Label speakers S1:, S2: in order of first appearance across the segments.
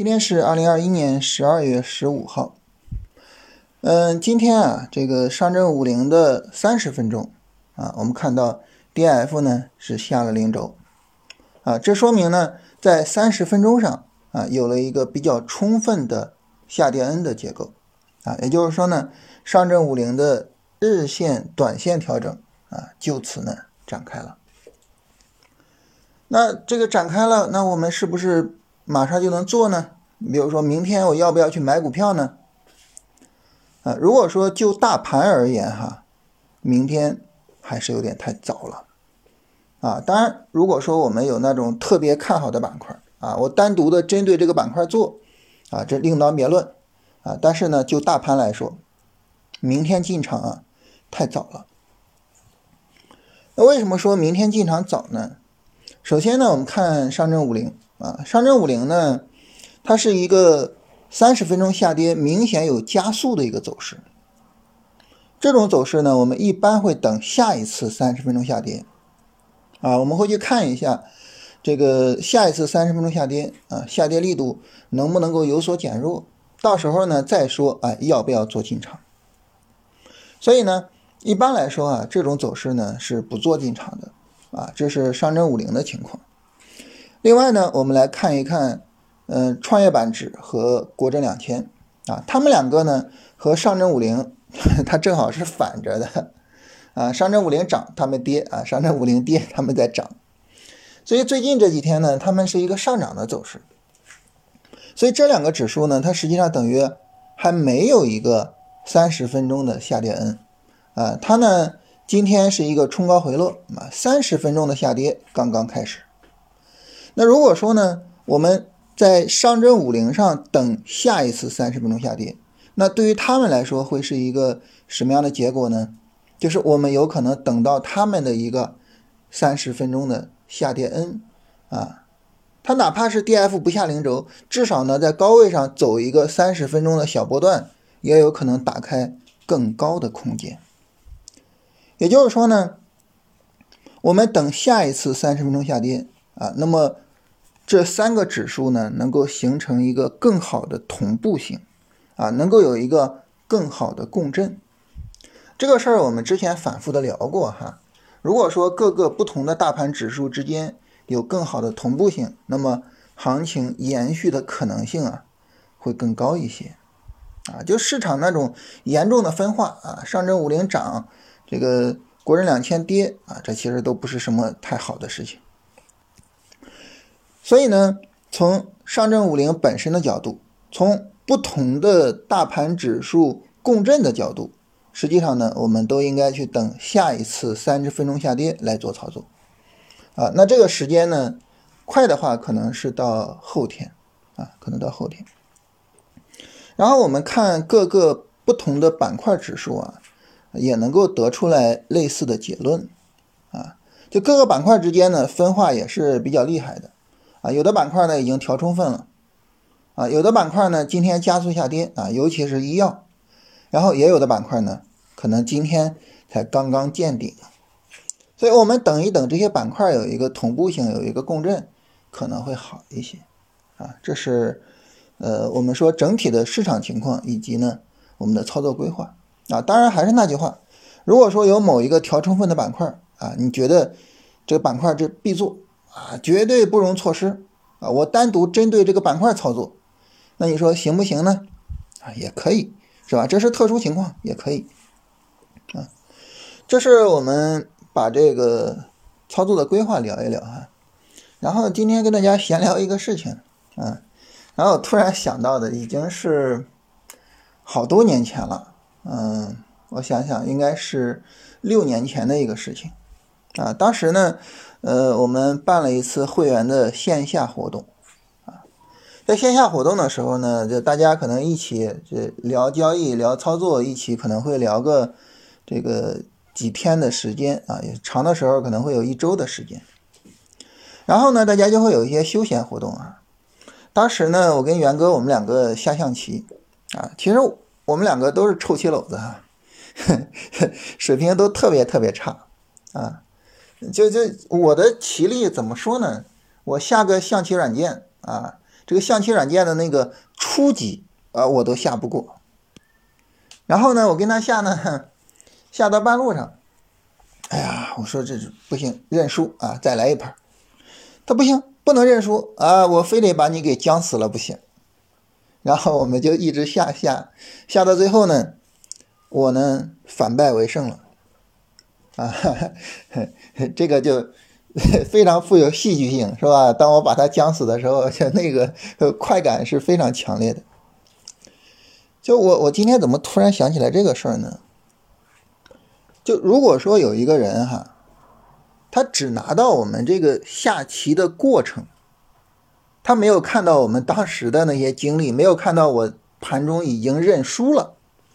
S1: 今天是2021年12月15号。今天啊，这个上证50的30分钟啊，我们看到 DIF 呢是下了零轴啊，这说明呢在30分钟上啊有了一个比较充分的下跌 N 的结构啊，也就是说呢，上证50的日线、短线调整啊就此呢展开了。那这个展开了，那我们是不是马上就能做呢？比如说明天我要不要去买股票呢？如果说就大盘而言哈，明天还是有点太早了啊。当然，如果说我们有那种特别看好的板块啊，我单独的针对这个板块做啊，这另当别论啊。但是呢，就大盘来说，明天进场啊太早了。那为什么说明天进场早呢？首先呢，我们看上证50啊，上证50呢，它是一个30分钟下跌明显有加速的一个走势。这种走势呢，我们一般会等下一次30分钟下跌啊，我们会去看一下这个下一次30分钟下跌啊，下跌力度能不能够有所减弱，到时候呢再说要不要做进场。所以呢，一般来说啊，这种走势呢是不做进场的啊，这是上证50的情况。另外呢，我们来看一看创业板指和国证2000啊，他们两个呢和上证50它正好是反着的啊，上证50涨他们跌啊，上证50跌他们在涨。所以最近这几天呢，他们是一个上涨的走势。所以这两个指数呢，它实际上等于还没有一个30分钟的下跌 N 啊，它呢今天是一个冲高回落啊，30分钟的下跌刚刚开始。那如果说呢，我们在上证50上等下一次30分钟下跌，那对于他们来说会是一个什么样的结果呢？就是我们有可能等到他们的一个30分钟的下跌 N 啊，它哪怕是 DF 不下零轴，至少呢在高位上走一个30分钟的小波段，也有可能打开更高的空间。也就是说呢，我们等下一次30分钟下跌啊，那么这三个指数呢能够形成一个更好的同步性啊，能够有一个更好的共振。这个事儿我们之前反复的聊过哈。如果说各个不同的大盘指数之间有更好的同步性，那么行情延续的可能性啊会更高一些啊。就市场那种严重的分化啊，上证50涨，这个国证2000跌啊，这其实都不是什么太好的事情。所以呢，从上证50本身的角度，从不同的大盘指数共振的角度，实际上呢，我们都应该去等下一次30分钟下跌来做操作啊。那这个时间呢，快的话可能是到后天啊，可能到后天。然后我们看各个不同的板块指数啊，也能够得出来类似的结论啊。就各个板块之间呢，分化也是比较厉害的啊。有的板块呢已经调充分了啊，有的板块呢今天加速下跌啊，尤其是医药。然后也有的板块呢，可能今天才刚刚见顶，所以我们等一等这些板块有一个同步性，有一个共振，可能会好一些啊。这是我们说整体的市场情况以及呢我们的操作规划啊。当然还是那句话，如果说有某一个调充分的板块啊，你觉得这个板块这必做啊，绝对不容错失啊，我单独针对这个板块操作，那你说行不行呢？啊，也可以。是吧？这是特殊情况，也可以啊。这是我们把这个操作的规划聊一聊哈。然后今天跟大家闲聊一个事情啊，然后我突然想到的已经是好多年前了，我想想应该是6年前的一个事情啊。当时呢，我们办了一次会员的线下活动。在线下活动的时候呢，就大家可能一起聊交易、聊操作，一起可能会聊个这个几天的时间啊，也长的时候可能会有1周的时间。然后呢，大家就会有一些休闲活动啊。当时呢，我跟元哥我们两个下象棋啊，其实我们两个都是臭棋篓子哈，水平都特别特别差啊。就我的棋力怎么说呢？我下个象棋软件啊。 这个象棋软件的那个初级我都下不过。然后呢，我跟他下呢，下到半路上，哎呀，我说这不行，认输啊，再来一盘。他不行，不能认输啊，我非得把你给僵死了不行。然后我们就一直下到最后呢，我呢反败为胜了啊，这个就非常富有戏剧性，是吧？当我把他僵死的时候，那个快感是非常强烈的。就我今天怎么突然想起来这个事儿呢？就如果说有一个人哈，他只拿到我们这个下棋的过程，他没有看到我们当时的那些经历，没有看到我盘中已经认输了，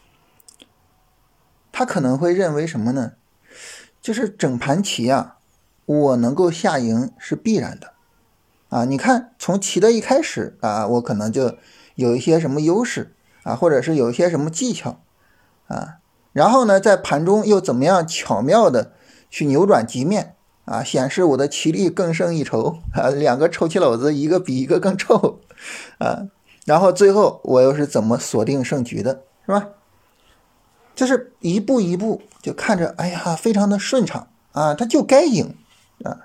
S1: 他可能会认为什么呢？就是整盘棋啊，我能够下赢是必然的啊！你看从棋的一开始啊，我可能就有一些什么优势啊，或者是有一些什么技巧啊，然后呢，在盘中又怎么样巧妙的去扭转局面啊，显示我的棋力更胜一筹啊，两个臭棋篓子一个比一个更臭啊，然后最后我又是怎么锁定胜局的，是吧？就是一步一步就看着，哎呀，非常的顺畅啊，他就该赢啊。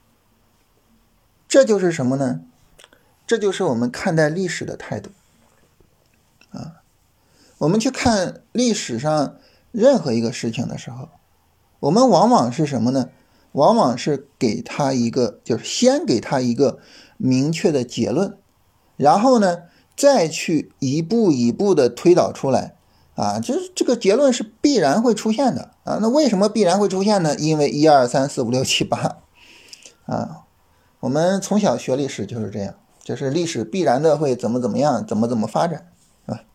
S1: 这就是什么呢？这就是我们看待历史的态度啊。我们去看历史上任何一个事情的时候，我们往往是什么呢？往往是给他一个，就是先给他一个明确的结论，然后呢，再去一步一步的推导出来啊，就是这个结论是必然会出现的啊。那为什么必然会出现呢？因为1、2、3、4、5、6、7、8啊，我们从小学历史就是这样，就是历史必然的会怎么样，怎么发展，是吧？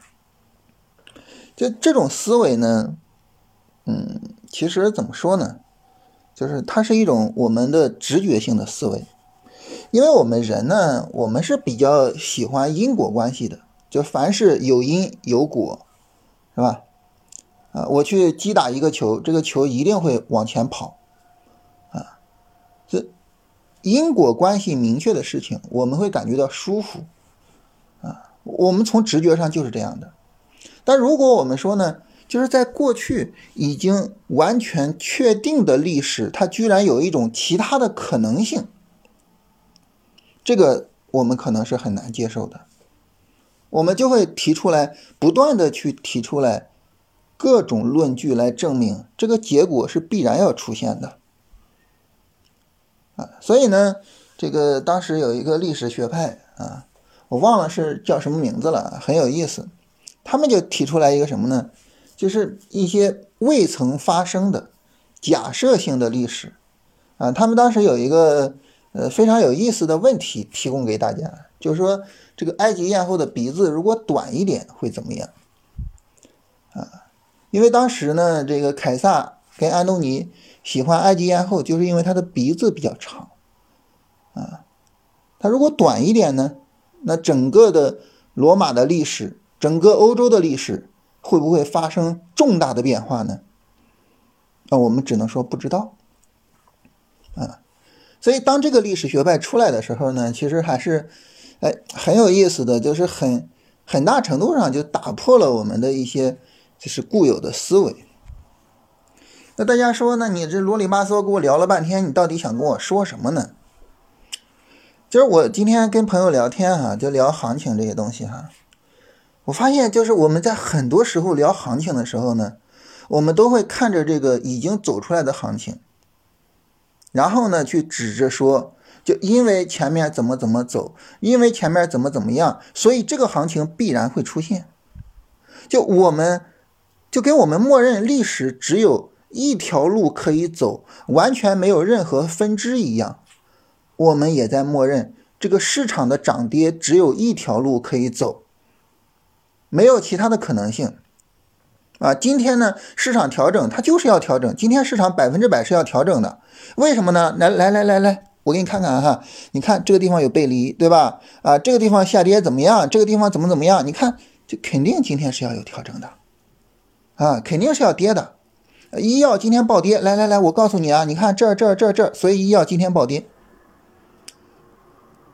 S1: 就这种思维呢，其实怎么说呢？就是它是一种我们的直觉性的思维，因为我们人呢，我们是比较喜欢因果关系的，就凡是有因有果，是吧？我去击打一个球，这个球一定会往前跑啊。这因果关系明确的事情，我们会感觉到舒服啊。我们从直觉上就是这样的。但如果我们说呢，就是在过去已经完全确定的历史，它居然有一种其他的可能性，这个我们可能是很难接受的。我们就会提出来，不断的去提出来各种论据来证明这个结果是必然要出现的啊。所以呢，这个当时有一个历史学派啊，我忘了是叫什么名字了，很有意思。他们就提出来一个什么呢？就是一些未曾发生的假设性的历史啊。他们当时有一个非常有意思的问题提供给大家，就是说这个埃及艳后的鼻子如果短一点会怎么样啊？因为当时呢，这个凯撒跟安东尼喜欢埃及艳后，就是因为他的鼻子比较长啊。他如果短一点呢，那整个的罗马的历史，整个欧洲的历史会不会发生重大的变化呢？我们只能说不知道啊。所以当这个历史学派出来的时候呢，其实还是很有意思的，就是很大程度上就打破了我们的一些就是固有的思维。那大家说呢，你这啰里吧嗦跟我聊了半天，你到底想跟我说什么呢？就是我今天跟朋友聊天哈，就聊行情这些东西哈，我发现就是我们在很多时候聊行情的时候呢，我们都会看着这个已经走出来的行情，然后呢去指着说，就因为前面怎么走，因为前面怎么样，所以这个行情必然会出现。就跟我们默认历史只有一条路可以走，完全没有任何分支一样，我们也在默认这个市场的涨跌只有一条路可以走，没有其他的可能性啊。今天呢，市场调整它就是要调整，今天市场100%是要调整的，为什么呢？来，我给你看看哈，你看这个地方有背离，对吧？啊，这个地方下跌怎么样？这个地方怎么样？你看，就肯定今天是要有调整的啊，肯定是要跌的。医药今天暴跌，来，我告诉你啊，你看这，所以医药今天暴跌。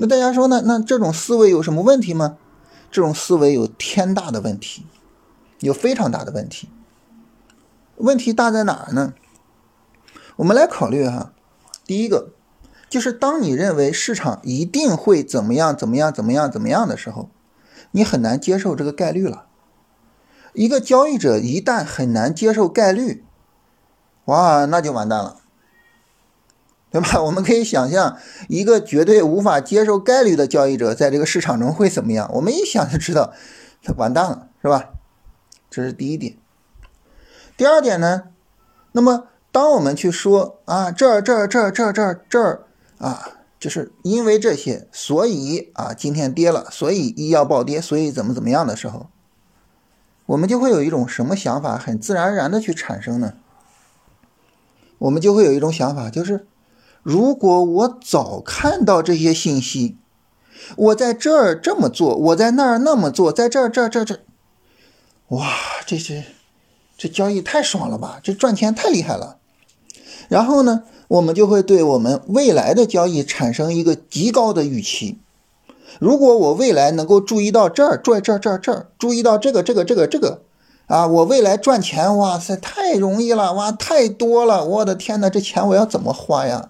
S1: 那大家说呢？那这种思维有什么问题吗？这种思维有天大的问题，有非常大的问题。问题大在哪儿呢？我们来考虑哈。第一个就是当你认为市场一定会怎么样的时候，你很难接受这个概率了。一个交易者一旦很难接受概率，哇，那就完蛋了，对吧？我们可以想象一个绝对无法接受概率的交易者在这个市场中会怎么样，我们一想就知道他完蛋了，是吧？这是第一点。第二点呢，那么当我们去说啊，这儿啊，就是因为这些，所以啊今天跌了，所以医药暴跌，所以怎么样的时候，我们就会有一种什么想法很自然而然的去产生呢？我们就会有一种想法，就是如果我早看到这些信息，我在这儿这么做，我在那儿那么做，在这，哇，这交易太爽了吧，这赚钱太厉害了。然后呢，我们就会对我们未来的交易产生一个极高的预期。如果我未来能够注意到这儿，注意到这个啊，我未来赚钱，哇塞，太容易了，哇，太多了，我的天哪，这钱我要怎么花呀？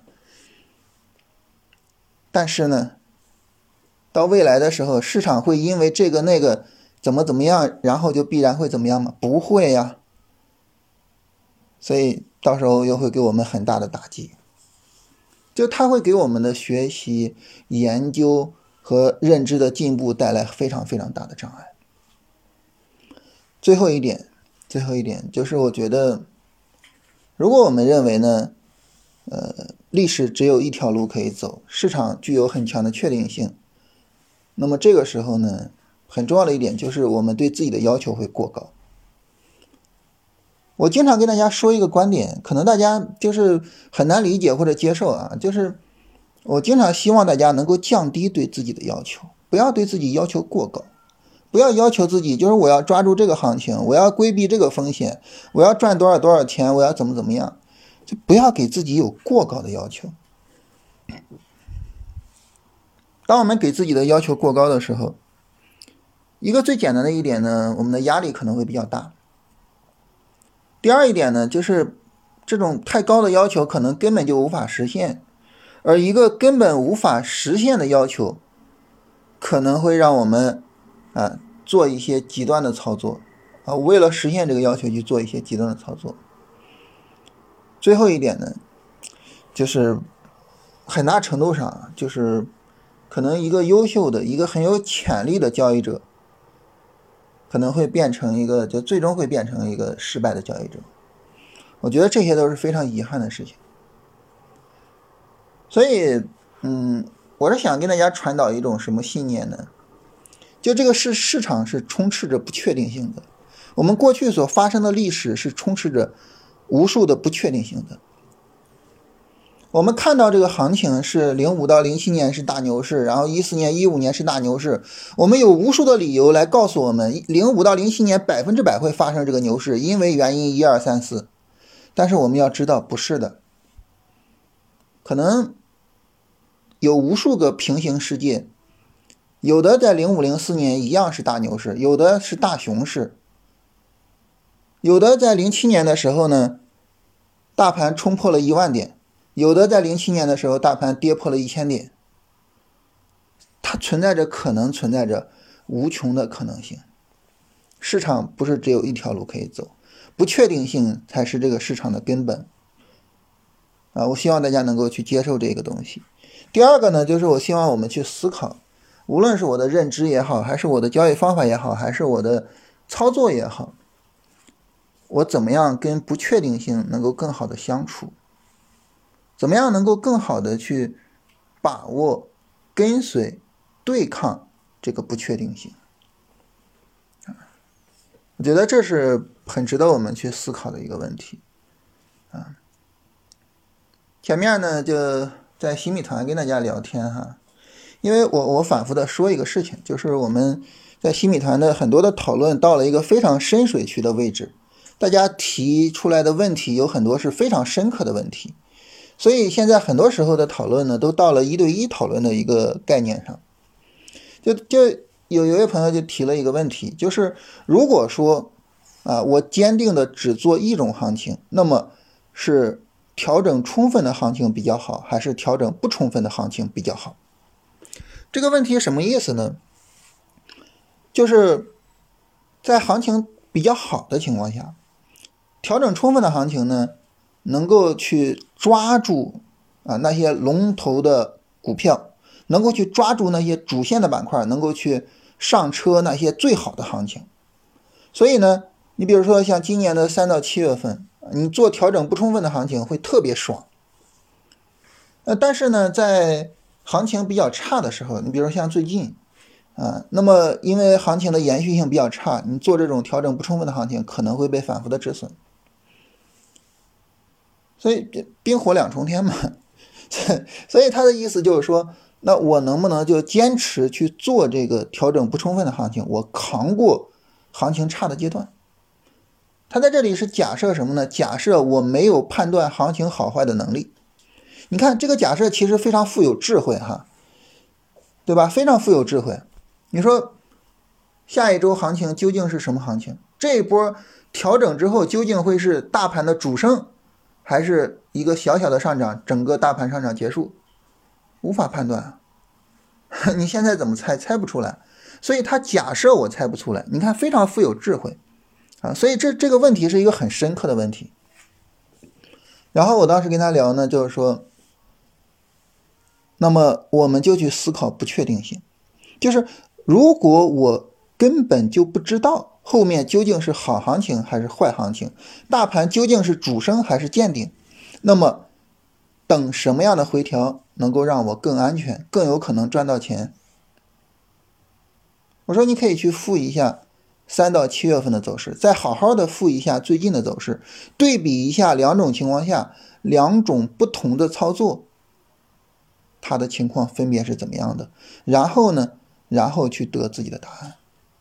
S1: 但是呢，到未来的时候，市场会因为这个那个怎么样，然后就必然会怎么样吗？不会呀。所以到时候又会给我们很大的打击，就它会给我们的学习、研究和认知的进步带来非常非常大的障碍。最后一点就是我觉得，如果我们认为呢，历史只有一条路可以走，市场具有很强的确定性，那么这个时候呢，很重要的一点就是我们对自己的要求会过高。我经常跟大家说一个观点，可能大家就是很难理解或者接受啊，就是我经常希望大家能够降低对自己的要求，不要对自己要求过高，不要要求自己就是我要抓住这个行情，我要规避这个风险，我要赚多少钱，我要怎么样，就不要给自己有过高的要求。当我们给自己的要求过高的时候，一个最简单的一点呢，我们的压力可能会比较大。第二一点呢，就是这种太高的要求可能根本就无法实现，而一个根本无法实现的要求，可能会让我们做一些极端的操作啊，为了实现这个要求去做一些极端的操作。最后一点呢，就是很大程度上就是可能一个优秀的、一个很有潜力的交易者，可能会变成一个，就最终会变成一个失败的交易者。我觉得这些都是非常遗憾的事情。所以，我是想跟大家传导一种什么信念呢？就这个市场是充斥着不确定性的，我们过去所发生的历史是充斥着无数的不确定性的。我们看到这个行情是05到07年是大牛市，然后14年、15年是大牛市，我们有无数的理由来告诉我们05到07年100%会发生这个牛市，因为原因1、2、3、4。但是我们要知道不是的，可能有无数个平行世界，有的在05、04年一样是大牛市，有的是大熊市，有的在07年的时候呢，大盘冲破了1万点，有的在07年的时候大盘跌破了1000点，它存在着无穷的可能性。市场不是只有一条路可以走，不确定性才是这个市场的根本我希望大家能够去接受这个东西。第二个呢，就是我希望我们去思考，无论是我的认知也好，还是我的交易方法也好，还是我的操作也好，我怎么样跟不确定性能够更好的相处，怎么样能够更好的去把握、跟随、对抗这个不确定性。我觉得这是很值得我们去思考的一个问题前面呢就在新米团跟大家聊天因为我反复的说一个事情，就是我们在新米团的很多的讨论到了一个非常深水区的位置，大家提出来的问题有很多是非常深刻的问题， 所以现在很多时候的讨论呢，都到了1对1讨论的一个概念上。就有一位朋友就提了一个问题，就是如果说我坚定的只做一种行情，那么是调整充分的行情比较好，还是调整不充分的行情比较好？这个问题什么意思呢？就是在行情比较好的情况下，调整充分的行情呢，能够去抓住那些龙头的股票，能够去抓住那些主线的板块，能够去上车那些最好的行情。所以呢，你比如说像今年的3到7月份，你做调整不充分的行情会特别爽。但是呢，在行情比较差的时候，你比如说像最近那么因为行情的延续性比较差，你做这种调整不充分的行情可能会被反复的止损。所以冰火两重天嘛。所以他的意思就是说，那我能不能就坚持去做这个调整不充分的行情，我扛过行情差的阶段。他在这里是假设什么呢？假设我没有判断行情好坏的能力。你看这个假设其实非常富有智慧哈，对吧？非常富有智慧。你说下一周行情究竟是什么行情？这一波调整之后究竟会是大盘的主升，还是一个小小的上涨，整个大盘上涨结束？无法判断。你现在怎么猜？猜不出来。所以他假设我猜不出来，你看非常富有智慧所以这个问题是一个很深刻的问题。然后我当时跟他聊呢，就是说，那么我们就去思考不确定性，就是如果我根本就不知道后面究竟是好行情还是坏行情，大盘究竟是主升还是见顶，那么等什么样的回调能够让我更安全，更有可能赚到钱？我说你可以去复一下3到7月份的走势，再好好的复一下最近的走势，对比一下两种情况下两种不同的操作，它的情况分别是怎么样的，然后去得自己的答案。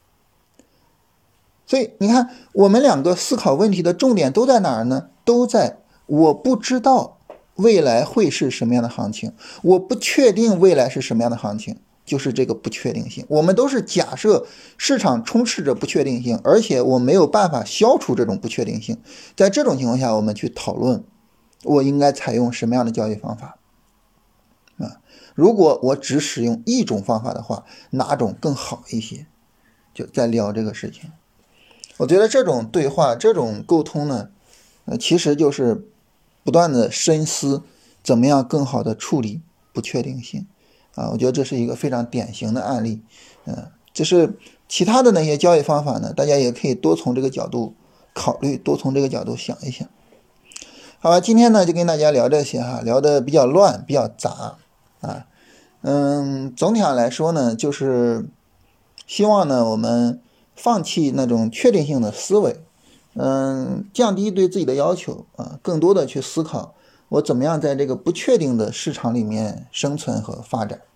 S1: 所以你看我们两个思考问题的重点都在哪儿呢？都在我不知道未来会是什么样的行情，我不确定未来是什么样的行情，就是这个不确定性。我们都是假设市场充斥着不确定性，而且我没有办法消除这种不确定性。在这种情况下，我们去讨论我应该采用什么样的交易方法如果我只使用一种方法的话，哪种更好一些？就在聊这个事情。我觉得这种对话，这种沟通呢，其实就是不断的深思怎么样更好的处理不确定性我觉得这是一个非常典型的案例。就是其他的那些交易方法呢，大家也可以多从这个角度考虑，多从这个角度想一想。好吧，今天呢就跟大家聊这些聊得比较乱，比较杂总体上来说呢，就是希望呢我们放弃那种确定性的思维，降低对自己的要求更多的去思考我怎么样在这个不确定的市场里面生存和发展。